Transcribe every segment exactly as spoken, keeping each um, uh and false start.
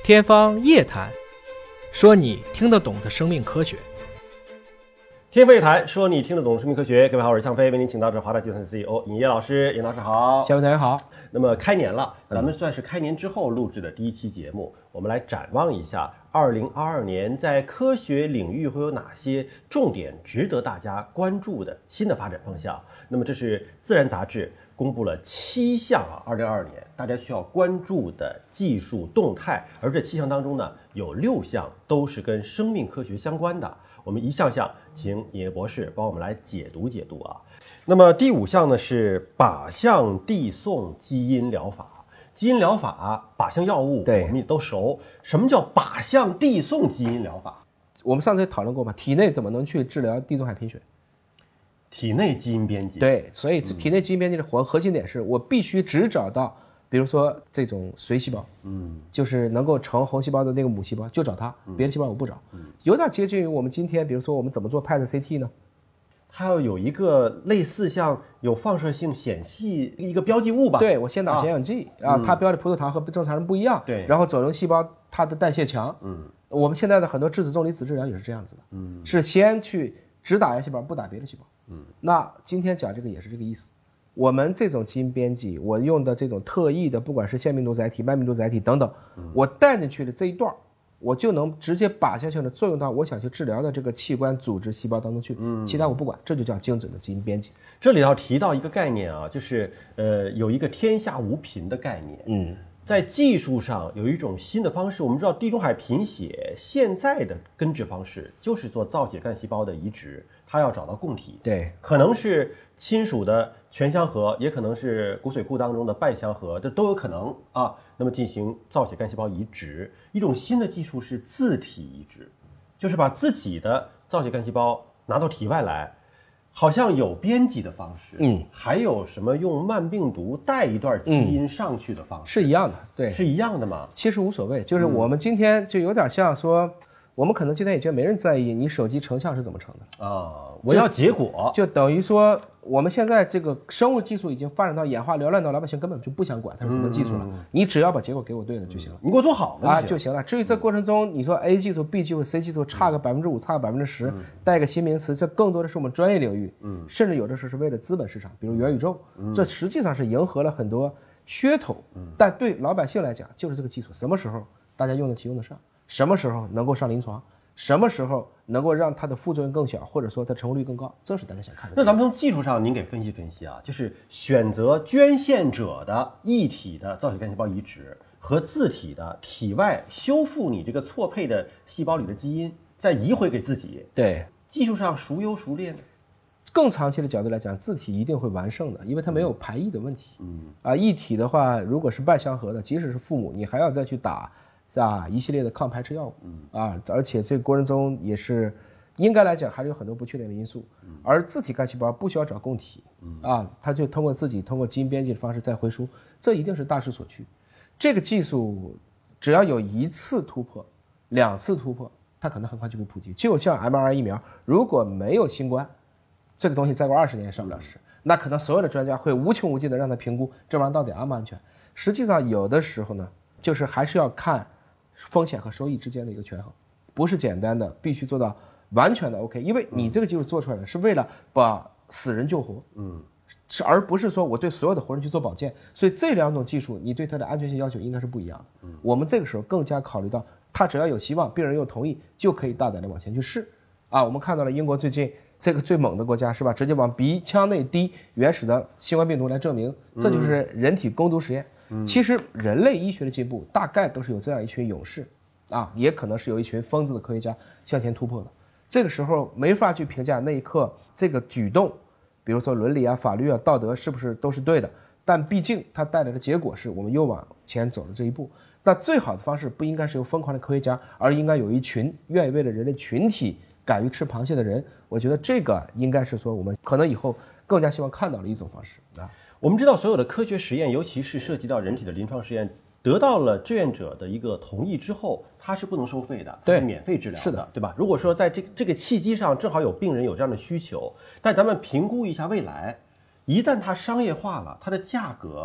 天方夜谭，说你听得懂的生命科学。 天方夜谭，说你听得懂的生命科学。各位好，我是向飞，为您请到是华大集团 C E O 尹烨老师。尹老师好。 小伟同学好。 那么开年了，咱们算是开年之后录制的第一期节目，嗯、我们来展望一下二零二二年在科学领域会有哪些重点值得大家关注的新的发展方向。那么这是《自然》杂志公布了七项啊，二零二二年大家需要关注的技术动态，而这七项当中呢，有六项都是跟生命科学相关的。我们一项项请尹烨博士帮我们来解读解读啊。那么第五项呢是靶向递送基因疗法。基因疗法、靶向药物，我们也都熟。什么叫靶向递送基因疗法？ 我们上次也讨论过嘛，体内怎么能去治疗地中海贫血？ 体内基因编辑。 对，所以体内基因编辑的核核心点是我必须只找到，比如说这种髓细胞，嗯，就是能够成红细胞的那个母细胞，就找它，别的细胞我不找。嗯，有点接近于我们今天，比如说我们怎么做 P E T C T 呢？ 它要有一个类似像有放射性显系一个标记物吧？ 对，我先打显影剂 啊, 啊，它标的葡萄糖和正常人不一样。 对， 然后左轮细胞它的代谢强。嗯，我们现在的很多质子重离子治疗也是这样子的。嗯，是先去只打癌细胞，不打别的细胞。嗯，那今天讲这个也是这个意思。我们这种基因编辑，我用的这种特异的，不管是腺病毒载体、慢病毒载体等等，我带进去的这一段，我就能直接靶向性的作用到我想去治疗的这个器官、组织、细胞当中去，嗯，其他我不管，这就叫精准的基因编辑。 这里要提到一个概念啊，就是呃，有一个天下无贫的概念。嗯，在技术上有一种新的方式。我们知道地中海贫血现在的根治方式就是做造血干细胞的移植，它要找到供体， 对， 可能是亲属的全相合，也可能是骨髓库当中的半相合，这都有可能啊。那么进行造血干细胞移植，一种新的技术是自体移植，就是把自己的造血干细胞拿到体外来，好像有编辑的方式，嗯，还有什么用慢病毒带一段基因上去的方式， 嗯、是一样的，对， 是一样的吗？ 其实无所谓，就是我们今天就有点像说。嗯，我们可能今天已经没人在意你手机成像是怎么成的啊，我要结果， 就等于说我们现在这个生物技术已经发展到演化缭乱到老百姓根本就不想管它是什么技术了，嗯、你只要把结果给我对了就行了， 你给我做好了啊就行了。至于这过程中你说 A 技术、B 技术、C 技术差个百分之五、差个百分之十，带个新名词，这更多的是我们专业领域，嗯，甚至有的时候是为了资本市场，比如元宇宙，嗯、这实际上是迎合了很多噱头，嗯、但对老百姓来讲，就是这个技术什么时候大家用得起用得上，什么时候能够上临床。什么时候能够让它的副作用更小，或者说它成功率更高，这是大家想看的。 那咱们从技术上您给分析分析啊，就是选择捐献者的异体的造血干细胞移植和自体的体外修复你这个错配的细胞里的基因，再移回给自己。 对， 技术上孰优孰劣呢？ 更长期的角度来讲，自体一定会完胜的，因为它没有排异的问题。嗯啊，异体的话，如果是半相合的，即使是父母，你还要再去打。啊，一系列的抗排斥药物，啊，而且这个过程中也是，应该来讲还是有很多不确定的因素。而自体干细胞不需要找供体，啊，它就通过自己通过基因编辑的方式再回输，这一定是大势所趋。这个技术只要有一次突破，两次突破，它可能很快就会普及。就像 M R I 疫苗，如果没有新冠，这个东西再过二十年也上不了市，那可能所有的专家会无穷无尽的让它评估这玩意儿到底安不安全。实际上有的时候呢，就是还是要看。风险和收益之间的一个权衡，不是简单的必须做到完全的 OK， 因为你这个技术做出来的是为了把死人救活，嗯，是而不是说我对所有的活人去做保健，所以这两种技术你对它的安全性要求应该是不一样的。嗯，我们这个时候更加考虑到，它只要有希望，病人又同意，就可以大胆的往前去试。啊，我们看到了英国最近这个最猛的国家是吧？直接往鼻腔内滴原始的新冠病毒来证明，这就是人体攻毒实验。其实人类医学的进步大概都是有这样一群勇士啊，也可能是有一群疯子的科学家向前突破的。这个时候没法去评价那一刻这个举动，比如说伦理啊、法律啊、道德是不是都是对的，但毕竟它带来的结果是我们又往前走了这一步。那最好的方式不应该是由疯狂的科学家，而应该有一群愿意为了人类群体敢于吃螃蟹的人。我觉得这个应该是说我们可能以后更加希望看到的一种方式啊。 我们知道所有的科学实验，尤其是涉及到人体的临床实验，得到了志愿者的一个同意之后，它是不能收费的，它是免费治疗的， 是的， 对吧？如果说在这个这个契机上正好有病人有这样的需求，但咱们评估一下未来，一旦它商业化了，它的价格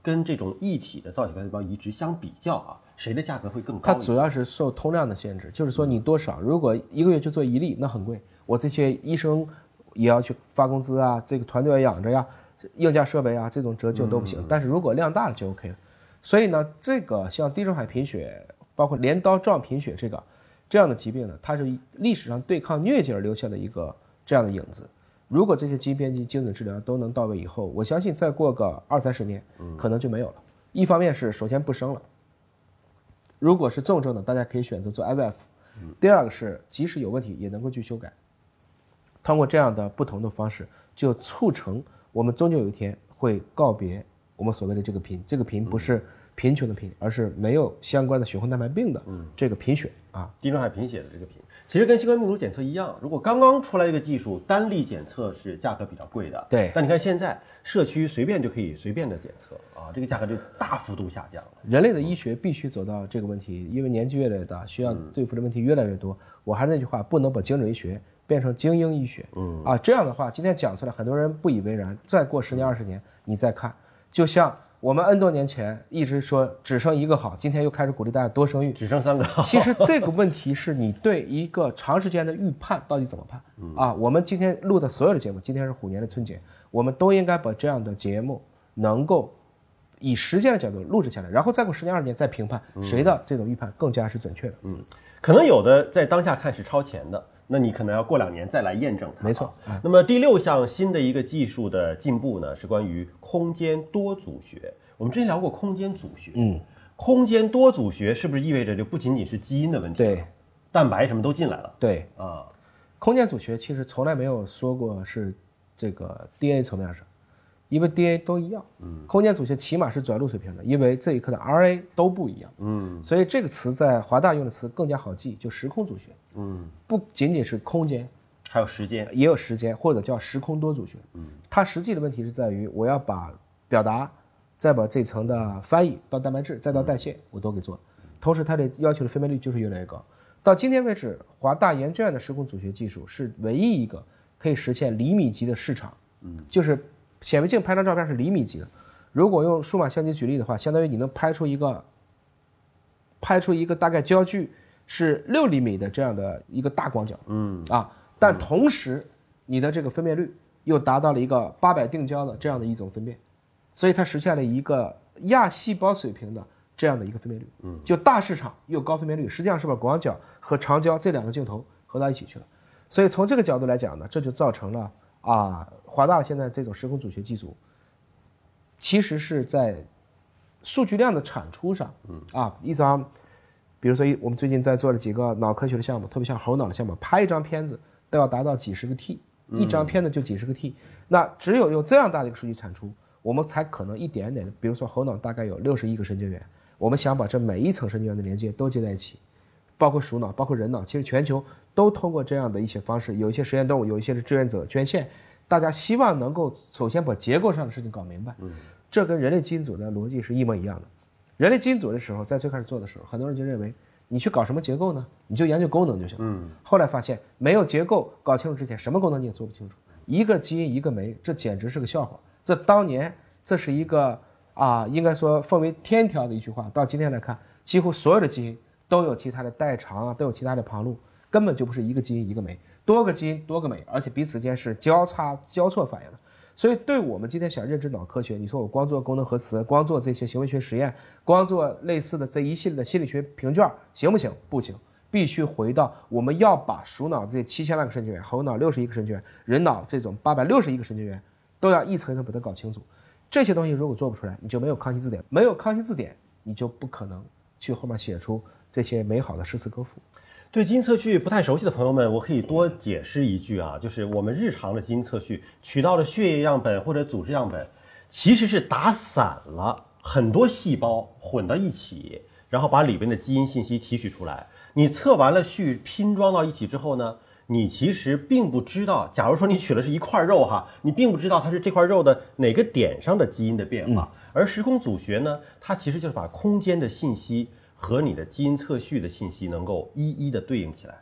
跟这种异体的造血干细胞移植相比较啊，谁的价格会更高？ 它主要是受通量的限制，就是说你多少，如果一个月就做一例，那很贵，我这些医生也要去发工资啊，这个团队要养着呀，硬件设备啊，这种折旧都不行。嗯、但是如果量大了就 OK 了。所以呢，这个像地中海贫血，包括镰刀状贫血这个这样的疾病呢，它是历史上对抗疟疾而留下的一个这样的影子。如果这些基因编辑精准治疗都能到位以后，我相信再过个二三十年，可能就没有了。一方面是首先不生了，如果是重症的，大家可以选择做 I V F。第二个是即使有问题也能够去修改。通过这样的不同的方式，就促成我们终究有一天会告别我们所谓的这个贫。这个贫不是贫穷的贫，而是没有相关的血红蛋白病的这个贫血啊， 地中海贫血的这个贫。其实跟新冠病毒检测一样，如果刚刚出来这个技术，单例检测是价格比较贵的。 对。 但你看现在社区随便就可以随便的检测啊，这个价格就大幅度下降了。 人类的医学必须走到这个问题，因为年纪越来越大，需要对付的问题越来越多。嗯、我还是那句话，不能把精准医学变成精英医学。嗯啊，这样的话，今天讲出来，很多人不以为然。再过十年二十年，你再看，就像我们 N 多年前一直说只生一个好，今天又开始鼓励大家多生育， 只生三个好。 其实这个问题是你对一个长时间的预判到底怎么判、嗯、啊？我们今天录的所有的节目，今天是虎年的春节，我们都应该把这样的节目能够以时间的角度录制下来，然后再过十年二十年再评判谁的这种预判更加是准确的。 嗯，可能有的在当下看是超前的，那你可能要过两年再来验证它。 没错。 嗯、那么第六项新的一个技术的进步呢，是关于空间多组学。我们之前聊过空间组学，嗯，空间多组学是不是意味着就不仅仅是基因的问题？ 对， 蛋白什么都进来了。 对啊， 空间组学其实从来没有说过是这个 D N A 层面上，因为 D N A 都一样。嗯，空间组学起码是转录水平的，因为这一刻的 R N A 都不一样。嗯，所以这个词在华大用的词更加好记，就时空组学。嗯，不仅仅是空间， 还有时间， 也有时间，或者叫时空多组学。嗯，它实际的问题是在于我要把表达。再把这层的翻译到蛋白质，再到代谢，我都给做。同时，它的要求的分辨率就是越来越高。到今天为止，华大研究院的时空组学技术是唯一一个可以实现厘米级的市场。嗯，就是显微镜拍张照片是厘米级的。如果用数码相机举例的话，相当于你能拍出一个，拍出一个大概焦距是六厘米的这样的一个大广角。嗯啊，但同时你的这个分辨率又达到了一个八百定焦的这样的一种分辨。所以它实现了一个亚细胞水平的这样的一个分辨率，嗯，就大市场又高分辨率，实际上是把广角和长焦这两个镜头合到一起去了。所以从这个角度来讲呢，这就造成了啊，华大现在这种时空组学技术，其实是在数据量的产出上，嗯啊，一张，比如说我们最近在做了几个脑科学的项目，特别像猴脑的项目，拍一张片子都要达到几十个 T， 一张片子就几十个 T，、嗯、那只有有这样大的一个数据产出。我们才可能一点点的，比如说猴脑大概有六十亿个神经元，我们想把这每一层神经元的连接都接在一起，包括鼠脑，包括人脑，其实全球都通过这样的一些方式，有一些实验动物，有一些是志愿者捐献，大家希望能够首先把结构上的事情搞明白。嗯，这跟人类基因组的逻辑是一模一样的。人类基因组的时候，在最开始做的时候，很多人就认为你去搞什么结构呢？你就研究功能就行了。嗯，后来发现没有结构搞清楚之前，什么功能你也做不清楚。一个基因一个酶，这简直是个笑话。这当年这是一个啊，应该说奉为天条的一句话。到今天来看，几乎所有的基因都有其他的代偿啊，都有其他的旁路，根本就不是一个基因一个酶，多个基因多个酶，而且彼此间是交叉交错反应的。所以，对我们今天想认知脑科学，你说我光做功能核磁，光做这些行为学实验，光做类似的这一系列的心理学评卷，行不行？不行，必须回到我们要把鼠脑这七千万个神经元，猴脑六十亿个神经元，人脑这种八百六十亿个神经元。都要一层一层把它搞清楚，这些东西如果做不出来，你就没有康熙字典，没有康熙字典，你就不可能去后面写出这些美好的诗词歌赋。 对基因测序不太熟悉的朋友们，我可以多解释一句啊，就是我们日常的基因测序取到的血液样本或者组织样本，其实是打散了很多细胞混到一起，然后把里边的基因信息提取出来。你测完了序拼装到一起之后呢，你其实并不知道，假如说你取的是一块肉哈，你并不知道它是这块肉的哪个点上的基因的变化。嗯、而时空组学呢，它其实就是把空间的信息和你的基因测序的信息能够一一的对应起来。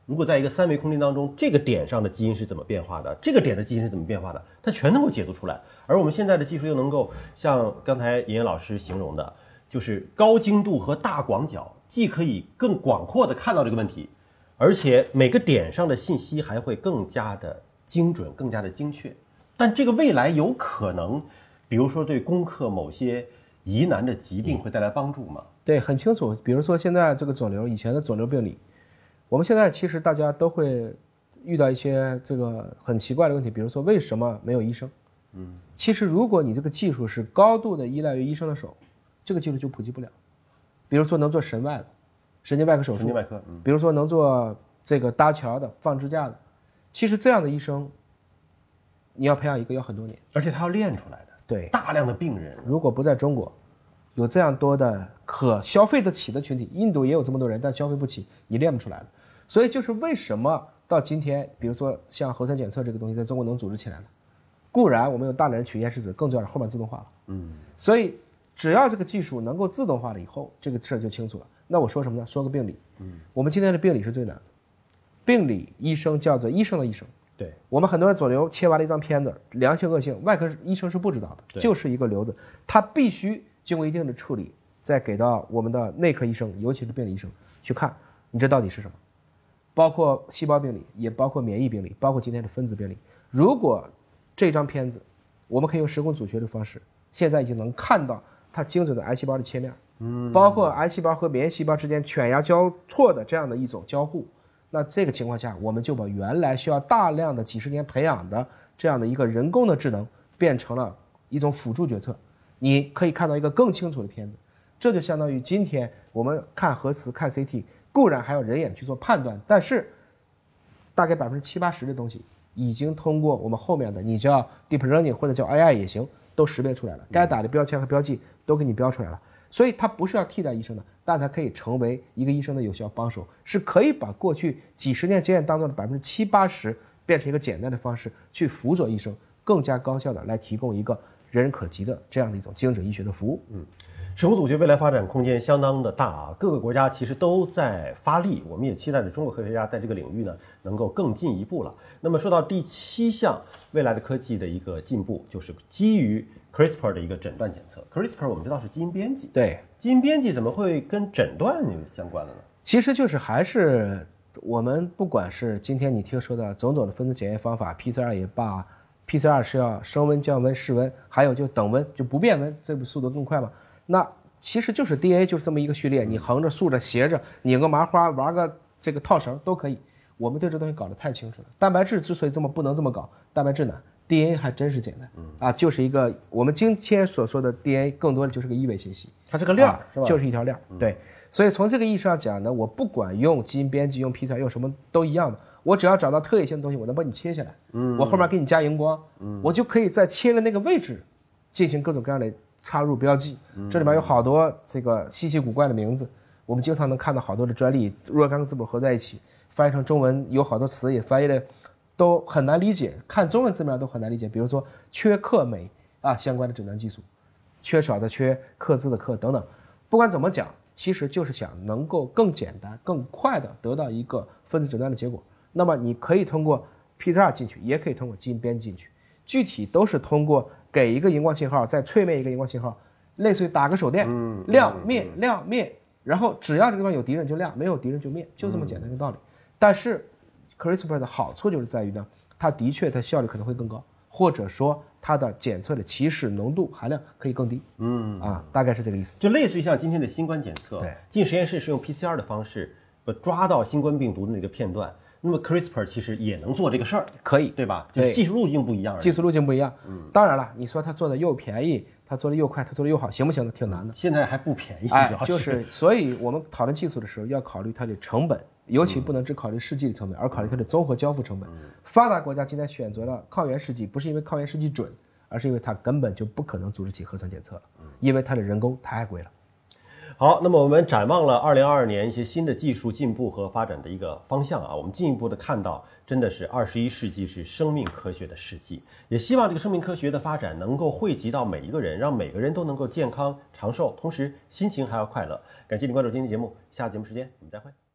如果在一个三维空间当中，这个点上的基因是怎么变化的，这个点的基因是怎么变化的，它全能够解读出来。而我们现在的技术又能够像刚才严老师形容的，就是高精度和大广角，既可以更广阔的看到这个问题，而且每个点上的信息还会更加的精准，更加的精确。但这个未来有可能，比如说对攻克某些疑难的疾病会带来帮助吗？ 对，很清楚。比如说现在这个肿瘤，以前的肿瘤病理，我们现在其实大家都会遇到一些这个很奇怪的问题，比如说为什么没有医生？嗯，其实如果你这个技术是高度的依赖于医生的手，这个技术就普及不了。比如说能做神外的神经外科手术， 神经外科，嗯， 比如说能做这个搭桥的、放支架的，其实这样的医生，你要培养一个要很多年， 而且他要练出来的。 对， 大量的病人， 如果不在中国有这样多的可消费得起的群体，印度也有这么多人，但消费不起，你练不出来的。所以就是为什么到今天，比如说像核酸检测这个东西在中国能组织起来了，固然我们有大量人取验试纸，更重要的后面自动化了。嗯，所以只要这个技术能够自动化了以后，这个事儿就清楚了。那我说什么呢？说个病理。嗯，我们今天的病理是最难的，病理医生叫做医生的医生。 对， 我们很多人肿瘤切完了一张片子，良性恶性，外科医生是不知道的，就是一个瘤子，他必须经过一定的处理，再给到我们的内科医生，尤其是病理医生去看，你这到底是什么？包括细胞病理，也包括免疫病理，包括今天的分子病理。如果这张片子，我们可以用时空组学的方式，现在已经能看到它精准的癌细胞的切面，嗯，包括癌细胞和免疫细胞之间犬牙交错的这样的一种交互。那这个情况下，我们就把原来需要大量的几十年培养的这样的一个人工的智能，变成了一种辅助决策。你可以看到一个更清楚的片子，这就相当于今天我们看核磁、看 C T， 固然还要人眼去做判断，但是大概百分之七八十的东西已经通过我们后面的，你叫 deep learning 或者叫 A I 也行，都识别出来了，该打的标签和标记都给你标出来了。所以它不是要替代医生的，但它可以成为一个医生的有效帮手，是可以把过去几十年经验当中的百分之七八十变成一个简单的方式，去辅佐医生更加高效的来提供一个人人可及的这样的一种精准医学的服务。 嗯，时空组学未来发展空间相当的大啊，各个国家其实都在发力，我们也期待着中国科学家在这个领域呢能够更进一步了。那么说到第七项未来的科技的一个进步，就是基于CRISPR 的一个诊断检测。 CRISPR 我们知道是基因编辑， 对， 基因编辑怎么会跟诊断有相关了呢？ 其实就是还是我们不管是今天你听说的种种的分子检验方法 P C R 也罢， P C R 是要升温、降温、室温，还有就等温，就不变温，这不速度更快吗？那其实就是 D N A 就是这么一个序列，你横着、竖着、斜着，拧个麻花，玩个这个套绳都可以。我们对这东西搞得太清楚了。蛋白质之所以这么不能这么搞，蛋白质难， D N A 还真是简单，啊，就是一个我们今天所说的 D N A 更多的就是个一维信息， 它是个链、 啊、是吧？就是一条链，对。所以从这个意义上讲呢，我不管用基因编辑、用 P C R 用什么都一样的，我只要找到特异性的东西，我能帮你切下来，嗯，我后面给你加荧光，嗯，我就可以在切的那个位置进行各种各样的插入标记，这里面有好多这个稀奇古怪的名字，我们经常能看到好多的专利若干个字母合在一起，翻译成中文有好多词也翻译的都很难理解，看中文字面都很难理解。比如说缺克酶啊相关的诊断技术，缺少的缺，克字的克等等。不管怎么讲，其实就是想能够更简单、更快的得到一个分子诊断的结果。那么你可以通过 P C R 进去，也可以通过基因编辑进去，具体都是通过给一个荧光信号，再淬灭一个荧光信号，类似于打个手电， 嗯， 亮灭亮灭，然后只要这个地方有敌人就亮，没有敌人就灭，就这么简单的道理。但是 CRISPR 的好处就是在于呢，它的确它效率可能会更高，或者说它的检测的起始浓度含量可以更低。嗯啊，大概是这个意思。 就类似于像今天的新冠检测， 对， 进实验室是用 P C R 的方式抓到新冠病毒的那个片段。那么 CRISPR 其实也能做这个事儿， 可以， 对吧？就是技术路径不一样而已。 技术路径不一样。嗯，当然了，你说它做的又便宜，它做的又快，它做的又好，行不行呢？挺难的。 现在还不便宜， 哎，就是，所以我们讨论技术的时候要考虑它的成本，尤其不能只考虑试剂的成本，而考虑它的综合交付成本。发达国家今天选择了抗原试剂，不是因为抗原试剂准，而是因为它根本就不可能组织起核酸检测了，因为它的人工太贵了。 好，那么我们展望了二零二二年一些新的技术进步和发展的一个方向啊，我们进一步的看到，真的是二十一世纪是生命科学的世纪，也希望这个生命科学的发展能够惠及到每一个人，让每个人都能够健康长寿，同时心情还要快乐。感谢您关注今天节目，下次节目时间我们再会。